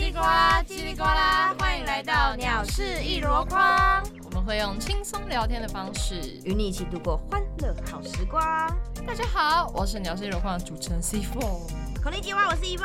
里呱啦叽里呱啦，欢迎来到鸟事一箩筐。 我们会用轻松聊天的方式与你一起度过欢乐好时光。 大家好，我是鸟事一箩筐的主持人 C4。 口令计划，我是一凤。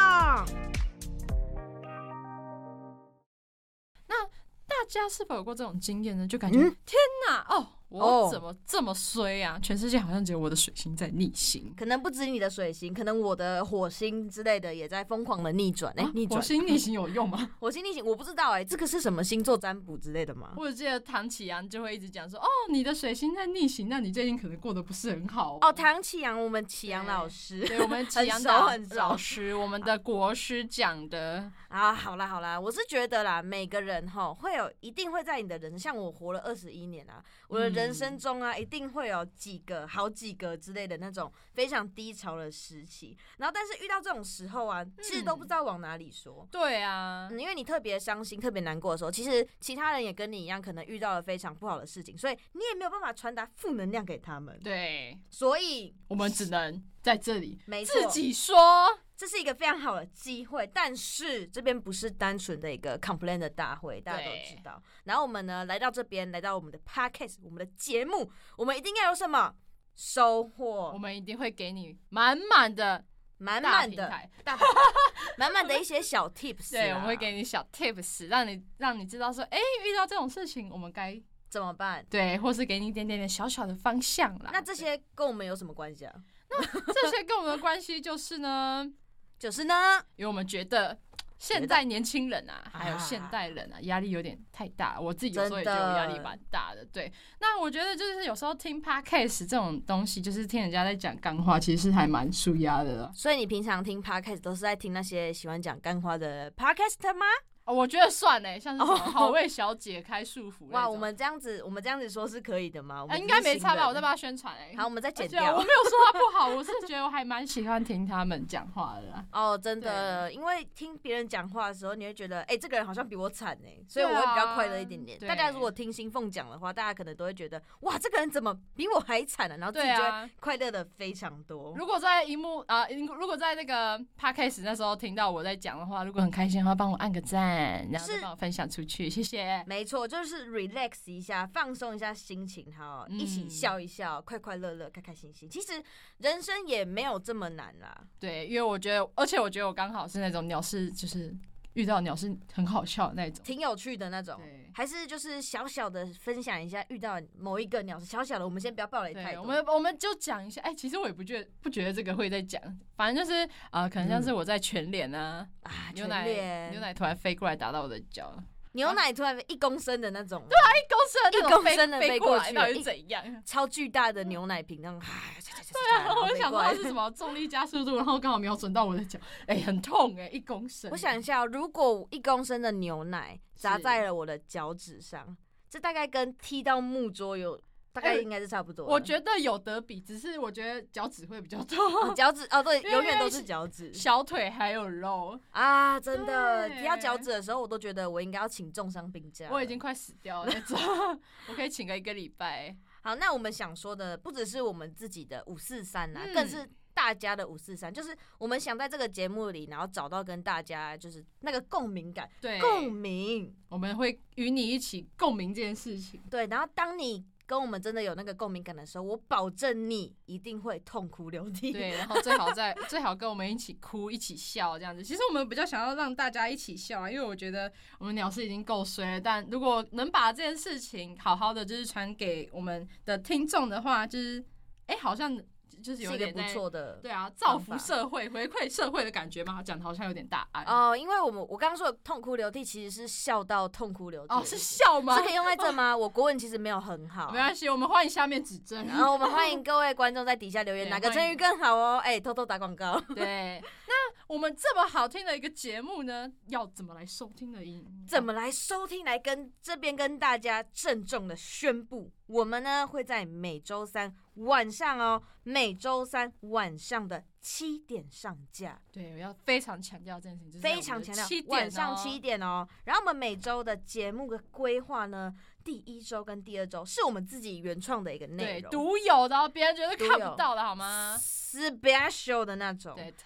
那大家是否有过这种经验呢？就感觉、天哪，我怎么这么衰啊？全世界好像只有我的水星在逆行。 可能不止你的水星，可能我的火星之类的也在疯狂的逆转。逆转。 火星逆行有用吗？ 火星逆行我不知道这个是什么星座占卜之类的吗？ 我记得唐启阳就会一直讲说，你的水星在逆行，那你最近可能过得不是很好。 唐启阳，我们启阳老师， 对，我们启阳老师，我们的国师讲的。 好啦，我是觉得啦，每个人一定会在你的人生，像我活了21年啊，我的人生中啊，一定会有好几个之类的那种非常低潮的时期。然后，但是遇到这种时候啊，其实都不知道往哪里说。 对啊， 因为你特别伤心、特别难过的时候，其实其他人也跟你一样，可能遇到了非常不好的事情，所以你也没有办法传达负能量给他们。 对， 所以我们只能在这里自己说。 这是一个非常好的机会，但是这边不是单纯的一个 complain 的大会，大家都知道。然后我们呢来到这边，来到我们的 podcast， 我们的节目，我们一定要有什么收获？ 我们一定会给你满满的满满的一些小 tips。 对，我们会给你小 tips， 让你知道说，遇到这种事情我们该怎么办？ 对，或是给你一点点小小的方向啦。 那这些跟我们有什么关系啊？ 那这些跟我们的关系就是呢，因为我们觉得现在年轻人啊，还有现代人啊，压力有点太大。我自己有时候也觉得我压力蛮大的。对，那我觉得就是有时候听 podcast 这种东西，就是听人家在讲干话，其实还蛮舒压的啦。 所以你平常听 podcast 都是在听那些喜欢讲干话的 podcaster 吗？ 我觉得算像是什么好为小姐开束缚。 哇，我们这样子说是可以的吗？ 应该没差吧？我在帮他宣传好，我们再剪掉。 我没有说他不好，我是觉得我还蛮喜欢听他们讲话的啦。 真的，因为听别人讲话的时候，你会觉得，这个人好像比我惨所以我会比较快乐一点点。大家如果听新凤讲的话，大家可能都会觉得，哇，这个人怎么比我还惨然后自己就会快乐的非常多。 如果在如果在那个 podcast 那时候听到我在讲的话，如果很开心的话，帮我按个赞，然后再帮我分享出去，谢谢。 没错，就是 relax 一下，放松一下心情，一起笑一笑，快快乐乐，开开心心。其实人生也没有这么难啦。 对，因为我觉得我刚好是那种鸟事，就是遇到鸟事很好笑的那种， 挺有趣的那种。还是就是小小的分享一下，遇到某一个鸟事，小小的，我们先不要暴雷太多。 我们就讲一下。其实我也不觉得这个会在讲，反正就是可能像是我在全联牛奶突然飞过来打到我的脚。 牛奶突然1公升的那种， 对啊，1公升的飞过去， 到底是怎样？ 超巨大的牛奶瓶，那种对啊，我就想说是什么重力加速度，然后刚好瞄准到我的脚，很痛1公升。 我想一下，如果1公升的牛奶砸在了我的脚趾上，这大概跟踢到木桌大概应该是差不多。 我觉得有得比，只是我觉得脚趾会比较痛。 脚趾对，永远都是脚趾， 小腿还有肉啊！真的，提到脚趾的时候，我都觉得我应该要请重伤病假。 我已经快死掉了那种，我可以请个1个礼拜。 好，那我们想说的不只是我们自己的543更是大家的543，就是我们想在这个节目里，然后找到跟大家就是那个共鸣感， 对， 共鸣， 我们会与你一起共鸣这件事情。 对，然后当你跟我们真的有那个共鸣感的时候，我保证你一定会痛哭流涕。 对，然后最好跟我们一起哭，一起笑这样子。其实我们比较想要让大家一起笑因为我觉得我们鸟事已经够衰了，但如果能把这件事情好好的就是传给我们的听众的话，就是好像就是有点是一个不错的， 对啊，造福社会、回馈社会的感觉嘛，讲的好像有点大爱因为我刚刚说的痛哭流涕，其实是笑到痛哭流涕是笑吗？ 是可以用在这吗？我国文其实没有很好， 没关系，我们欢迎下面指正。 然后我们欢迎各位观众在底下留言，哪个成语更好哦？偷偷打广告。 对，那我们这么好听的一个节目呢，要怎么来收听呢？ 怎么来收听？来这边跟大家郑重的宣布，我们呢会在每周3晚上每周3晚上的7点上架。 对，我要非常强调这件事情， 非常强调晚上7点然后我们每周的节目的规划呢，第1周跟第2周是我们自己原创的一个内容， 对，独有的别人绝对看不到的好吗？ special 的那种。 对，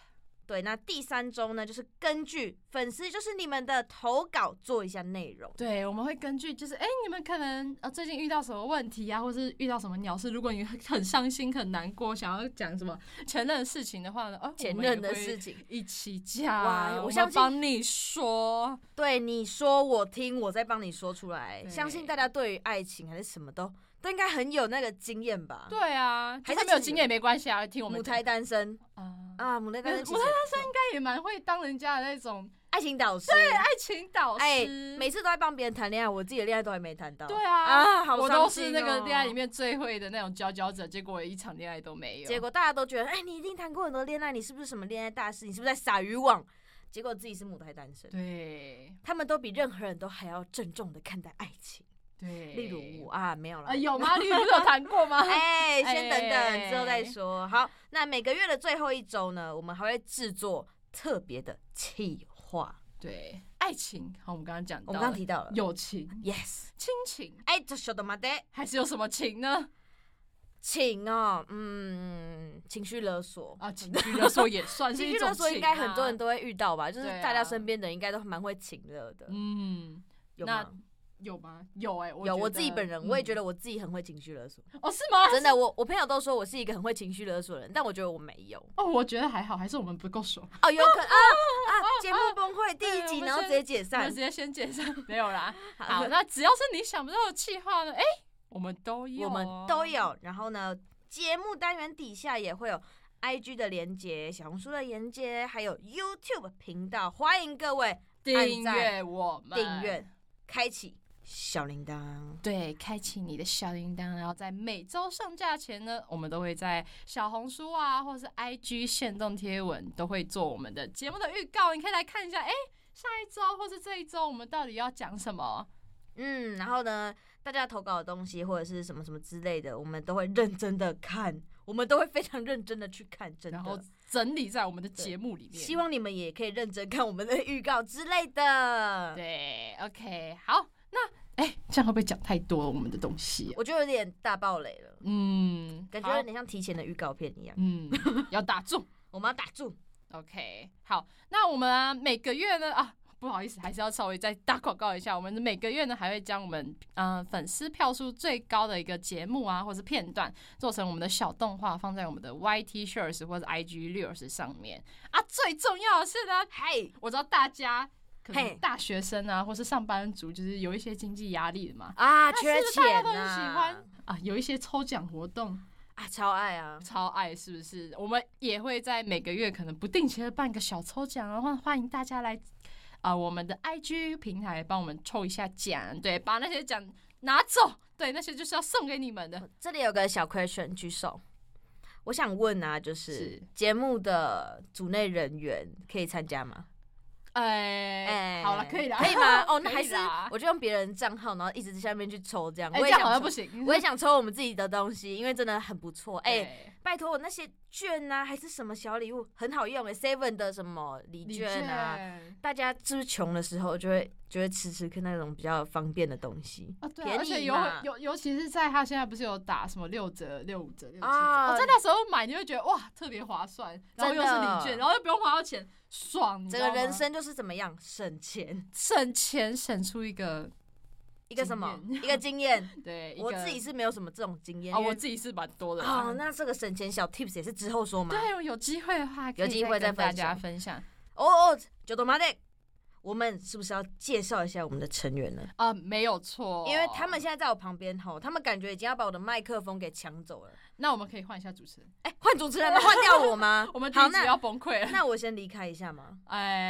对，那第3周呢，就是根据粉丝就是你们的投稿做一下内容。 对，我们会根据就是你们可能最近遇到什么问题啊，或是遇到什么鸟事，如果你很伤心很难过，想要讲什么前任的事情的话呢， 前任的事情一起讲。 哇， 我相信帮你说， 对，你说我听，我再帮你说出来。相信大家对于爱情还是什么都应该很有那个经验吧？ 对啊，还是没有经验也没关系啊，听我们母胎单身母胎单身应该也蛮会当人家的那种爱情导师。 对，爱情导师， 每次都在帮别人谈恋爱，我自己的恋爱都还没谈到。 对啊， 好伤心我都是那个恋爱里面最会的那种佼佼者，结果一场恋爱都没有。 结果大家都觉得，你一定谈过很多恋爱，你是不是什么恋爱大师？你是不是在撒渔网？结果自己是母胎单身。 对， 他们都比任何人都还要郑重的看待爱情。 对， 例如我没有啦， 有吗？你不是有谈过吗？ 先等等，之后再说。好，那每个月的最后1周呢，我们还会制作特别的企划。 对，爱情，好，我们刚刚讲到， 我们刚刚提到了友情 ，yes， 亲情， 这晓得吗？对， 还是有什么情呢？ 情情绪勒索情绪勒索也算是一种情。 情绪勒索应该很多人都会遇到吧？就是大家身边的人应该都蛮会情勒的。有吗？ 有吗？有我自己本人我也觉得我自己很会情绪勒索。 是吗？ 真的，我朋友都说我是一个很会情绪勒索的人，但我觉得我没有。 我觉得还好，还是我们不够熟。 有可能节目崩溃第1集，然后直接解散， 直接先解散，没有啦。好，那只要是你想不到的企划呢，我们都有。 然后呢，节目单元底下也会有 IG 的连结、小红书的连结，还有 YouTube 频道，欢迎各位订阅我们， 订阅，开启小铃铛。 对，开启你的小铃铛，然后在每周上架前呢，我们都会在小红书啊，或者是 IG 限动贴文，都会做我们的节目的预告，你可以来看一下，下一周或是这一周我们到底要讲什么。 然后呢，大家投稿的东西或者是什么什么之类的，我们都会认真的看，我们都会非常认真的去看，真的， 然后整理在我们的节目里面。 希望你们也可以认真看我们的预告之类的。 对 ，OK， 好，那这样会不会讲太多了我们的东西？ 我觉得有点大爆雷了，感觉有点像提前的预告片一样。 要打住， 我们要打住。 OK， 好，那我们每个月呢不好意思，还是要稍微再打广告一下。我们每个月呢，还会将我们粉丝票数最高的一个节目啊，或是片段，做成我们的小动画，放在我们的 YT Shorts 或者 IG Reels 上面最重要的是呢，我知道大家可能大学生啊，或是上班族，就是有一些经济压力的嘛缺钱大家都很喜欢有一些抽奖活动。 超爱超爱，是不是？我们也会在每个月可能不定期的办个小抽奖，然后欢迎大家来我们的 IG 平台帮我们抽一下奖，对，把那些奖拿走，对，那些就是要送给你们的。 这里有个小 question， 举手。我想问就是节目的组内人员可以参加吗？ 好了，可以了， 可以吗？那还是我就用别人账号，然后一直在下面去抽这样。我也想好像不行， 我也想抽我们自己的东西，因为真的很不错。拜托我那些券啊，还是什么小礼物很好用，7 的什么礼券啊，大家是不是穷的时候就会吃看那种比较方便的东西对，而且尤其是在他现在不是有打什么6折、65折、67折，在那时候买你会觉得哇特别划算，然后又是礼券，然后又不用花到钱，爽！ 整个人生就是怎么样省钱， 省出一个什么一个经验。 对， 我自己是没有什么这种经验我自己是蛮多的。 那这个省钱小 tips 也是之后说嘛。 对，有机会的话， 有机会再跟大家分享。 就懂吗？我们是不是要介绍一下我们的成员呢？ 没有错， 因为他们现在在我旁边他们感觉已经要把我的麦克风给抢走了。 那我们可以换一下主持人。 换主持人吗？换掉我吗？ 我们第一集要崩溃了。 那我先离开一下吗？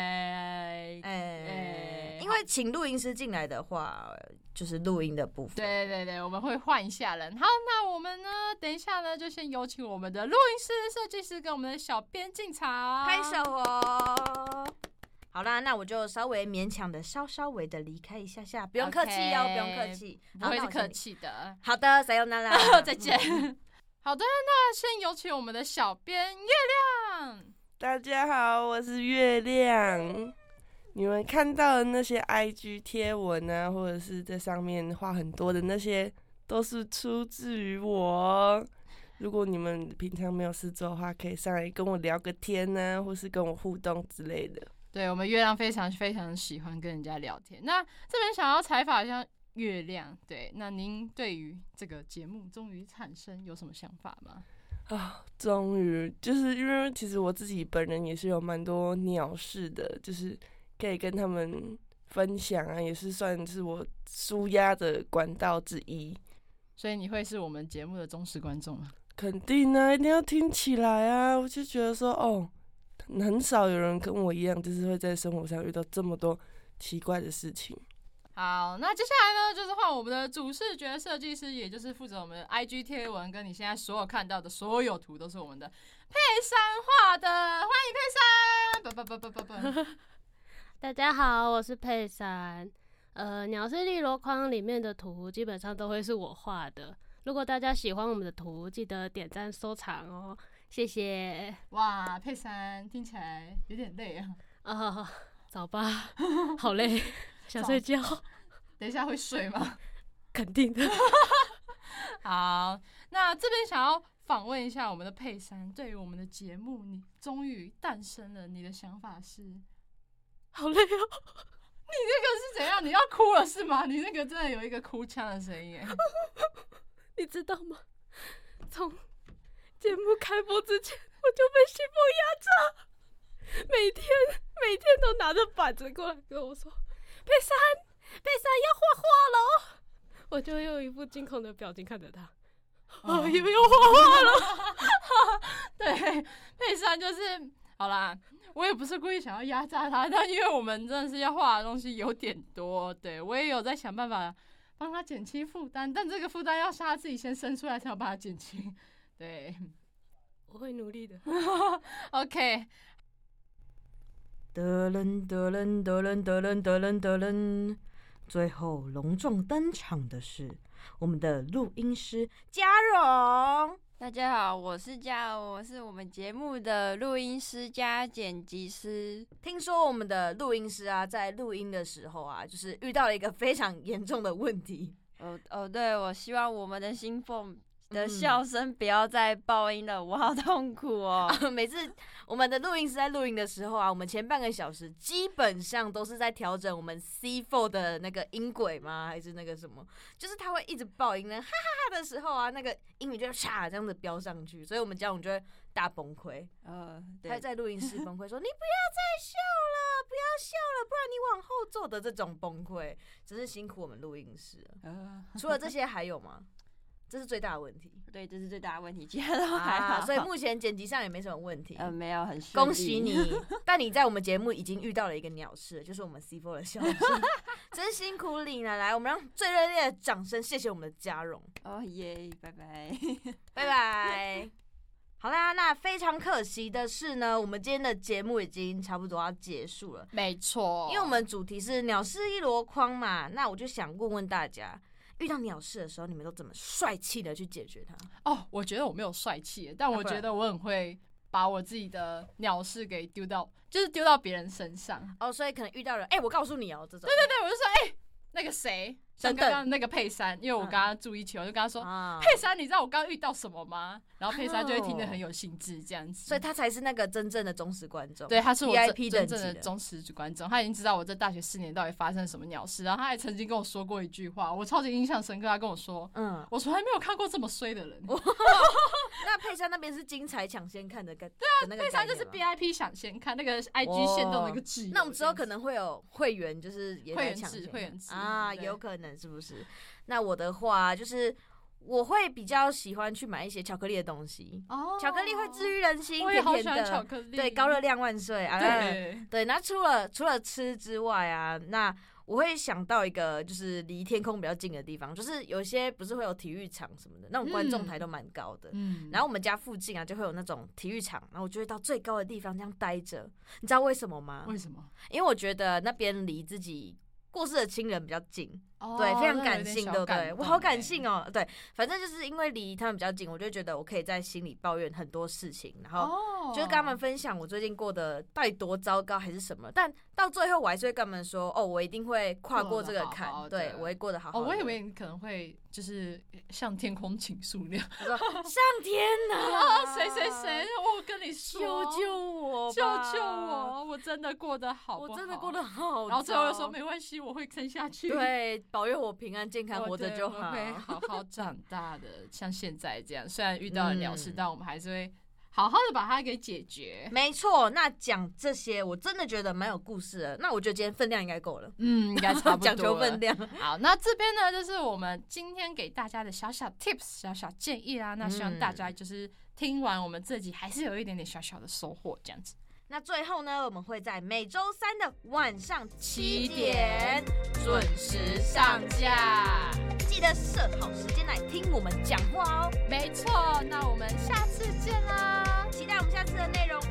因为请录音师进来的话，就是录音的部分。 对，我们会换一下人。好，那我们呢，等一下呢，就先有请我们的录音师、设计师跟我们的小编进场， 拍手哦。好啦，那我就稍微勉强的稍微的离开一下，不用客气不用客气， 不会是客气的。 好的，さよなら， 再见。好的，那先有请我们的小编月亮。 大家好，我是月亮。你们看到的那些 IG 贴文啊，或者是在上面画很多的那些，都是出自于我。 如果你们平常没有事做的话，可以上来跟我聊个天啊，或是跟我互动之类的。 对，我们月亮非常非常喜欢跟人家聊天。那这边想要采访一下月亮，对，那您对于这个节目终于产生有什么想法吗？ 终于，就是因为其实我自己本人也是有蛮多鸟事的，就是可以跟他们分享啊，也是算是我抒压的管道之一。 所以你会是我们节目的忠实观众吗？ 肯定啊，一定要听起来啊！我就觉得说，很少有人跟我一样，就是会在生活上遇到这么多奇怪的事情。 好，那接下来呢，就是换我们的主视觉设计师，也就是负责我们的 IG 贴文跟你现在所有看到的所有图都是我们的佩珊画的，欢迎佩珊！ 大家好，我是佩珊。鸟是利箩筐里面的图基本上都会是我画的。如果大家喜欢我们的图，记得点赞收藏哦，谢谢。 哇，佩珊听起来有点累啊。 早吧，好累，想睡觉。 等一下会睡吗？ 肯定的。 好，那这边想要访问一下我们的佩珊，对于我们的节目，你终于诞生了，你的想法是？ 好累哦。 你那个是怎样？你要哭了是吗？你那个真的有一个哭腔的声音你知道吗？从节目开播之前，我就被西风压榨，每天都拿着板子过来跟我说：“佩珊要画画喽！”我就用一副惊恐的表情看着他，又要画画了。 对，佩珊就是好啦。我也不是故意想要压榨他，但因为我们真的是要画的东西有点多，对我也有在想办法帮他减轻负担，但这个负担要是他自己先生出来才有办法减轻。对， 我会努力的。 OK。 得伦得伦得伦得伦得伦得伦，最后隆重登场的是我们的录音师嘉荣。 大家好，我是嘉荣，我是我们节目的录音师加剪辑师。 听说我们的录音师啊，在录音的时候啊，就是遇到了一个非常严重的问题。 对，我希望我们的新凤的笑声不要再爆音了，我好痛苦哦。 每次我们的录音师在录音的时候啊，我们前半个小时基本上都是在调整我们 C4 的那个音轨吗？还是那个什么？就是它会一直爆音呢，哈哈哈的时候啊，那个音频就唰这样子飙上去，所以我们嘉荣就会大崩溃。他在录音室崩溃说：“你不要再笑了，不要笑了，不然你往后坐的这种崩溃，真是辛苦我们录音师了。除了这些还有吗？这是最大的问题。 对，这是最大的问题，其他都还好。 所以目前剪辑上也没什么问题。 没有，很顺利。 恭喜你！但你在我们节目已经遇到了一个鸟事，就是我们 C4 的笑声，真辛苦你了。来，我们让最热烈的掌声，谢谢我们的嘉荣。 耶，拜拜， 拜拜。好啦，那非常可惜的是呢，我们今天的节目已经差不多要结束了。 没错， 因为我们主题是鸟是一箩筐嘛，那我就想问问大家。遇到鸟事的时候，你们都怎么帅气的去解决它？ 我觉得我没有帅气，但我觉得我很会把我自己的鸟事给丢到别人身上。 所以可能遇到人，我告诉你这种。 对，我就说，那个谁，像刚刚那个佩珊，因为我跟他住一起，我就跟他说，佩珊，你知道我刚刚遇到什么吗？然后佩珊就会听得很有兴致，这样子。 所以他才是那个真正的忠实观众。 对，他是我 VIP 真正的忠实观众，他已经知道我这大学4年到底发生什么鸟事。然后他还曾经跟我说过一句话，我超级印象深刻。他跟我说，我从来没有看过这么衰的人。 那佩珊那边是精彩抢先看的，对啊，佩珊就是 VIP 抢先看那个 IG 限动的一个制。 那我们之后可能会有会员，就是也在抢先会员制啊，有可能是不是？那我的话就是我会比较喜欢去买一些巧克力的东西。巧克力会治愈人心， 我也好喜甜甜的。 欢巧克力， 对，高热量万岁啊！对，那除了吃之外啊，那我会想到一个就是离天空比较近的地方，就是有些不是会有体育场什么的，那种观众台都蛮高的。然后我们家附近啊就会有那种体育场，然后我就会到最高的地方这样待着。你知道为什么吗？ 为什么？ 因为我觉得那边离自己过世的亲人比较近。 对，非常感性，对不对？我好感性哦。对，反正就是因为离他们比较近，我就觉得我可以在心里抱怨很多事情，然后就是跟他们分享我最近过得到底多糟糕还是什么。但到最后我还是会跟他们说，我一定会跨过这个坎，对，我会过得好好的。 我以为你可能会就是向天空倾诉那样， 我说上天哪， 谁谁谁，我跟你说， 救救我， 救救我，我真的过得好不好？ 我真的过得好。 然后最后又说没关系，我会撑下去。 对，保佑我平安健康活着就好。 我会好好长大的，像现在这样，虽然遇到了鸟事，但我们还是会好好的把它给解决。 没错，那讲这些我真的觉得蛮有故事的。那我觉得今天分量应该够了， 应该差不多了。 讲求分量。 好，那这边呢，就是我们今天给大家的小小 tips、小小建议啦。那希望大家就是听完我们这集，还是有一点点小小的收获，这样子。 那最后呢，我们会在每周三的晚上7点准时上架，记得设好时间来听我们讲话哦。 没错，那我们下次见啦！ 期待我们下次的内容。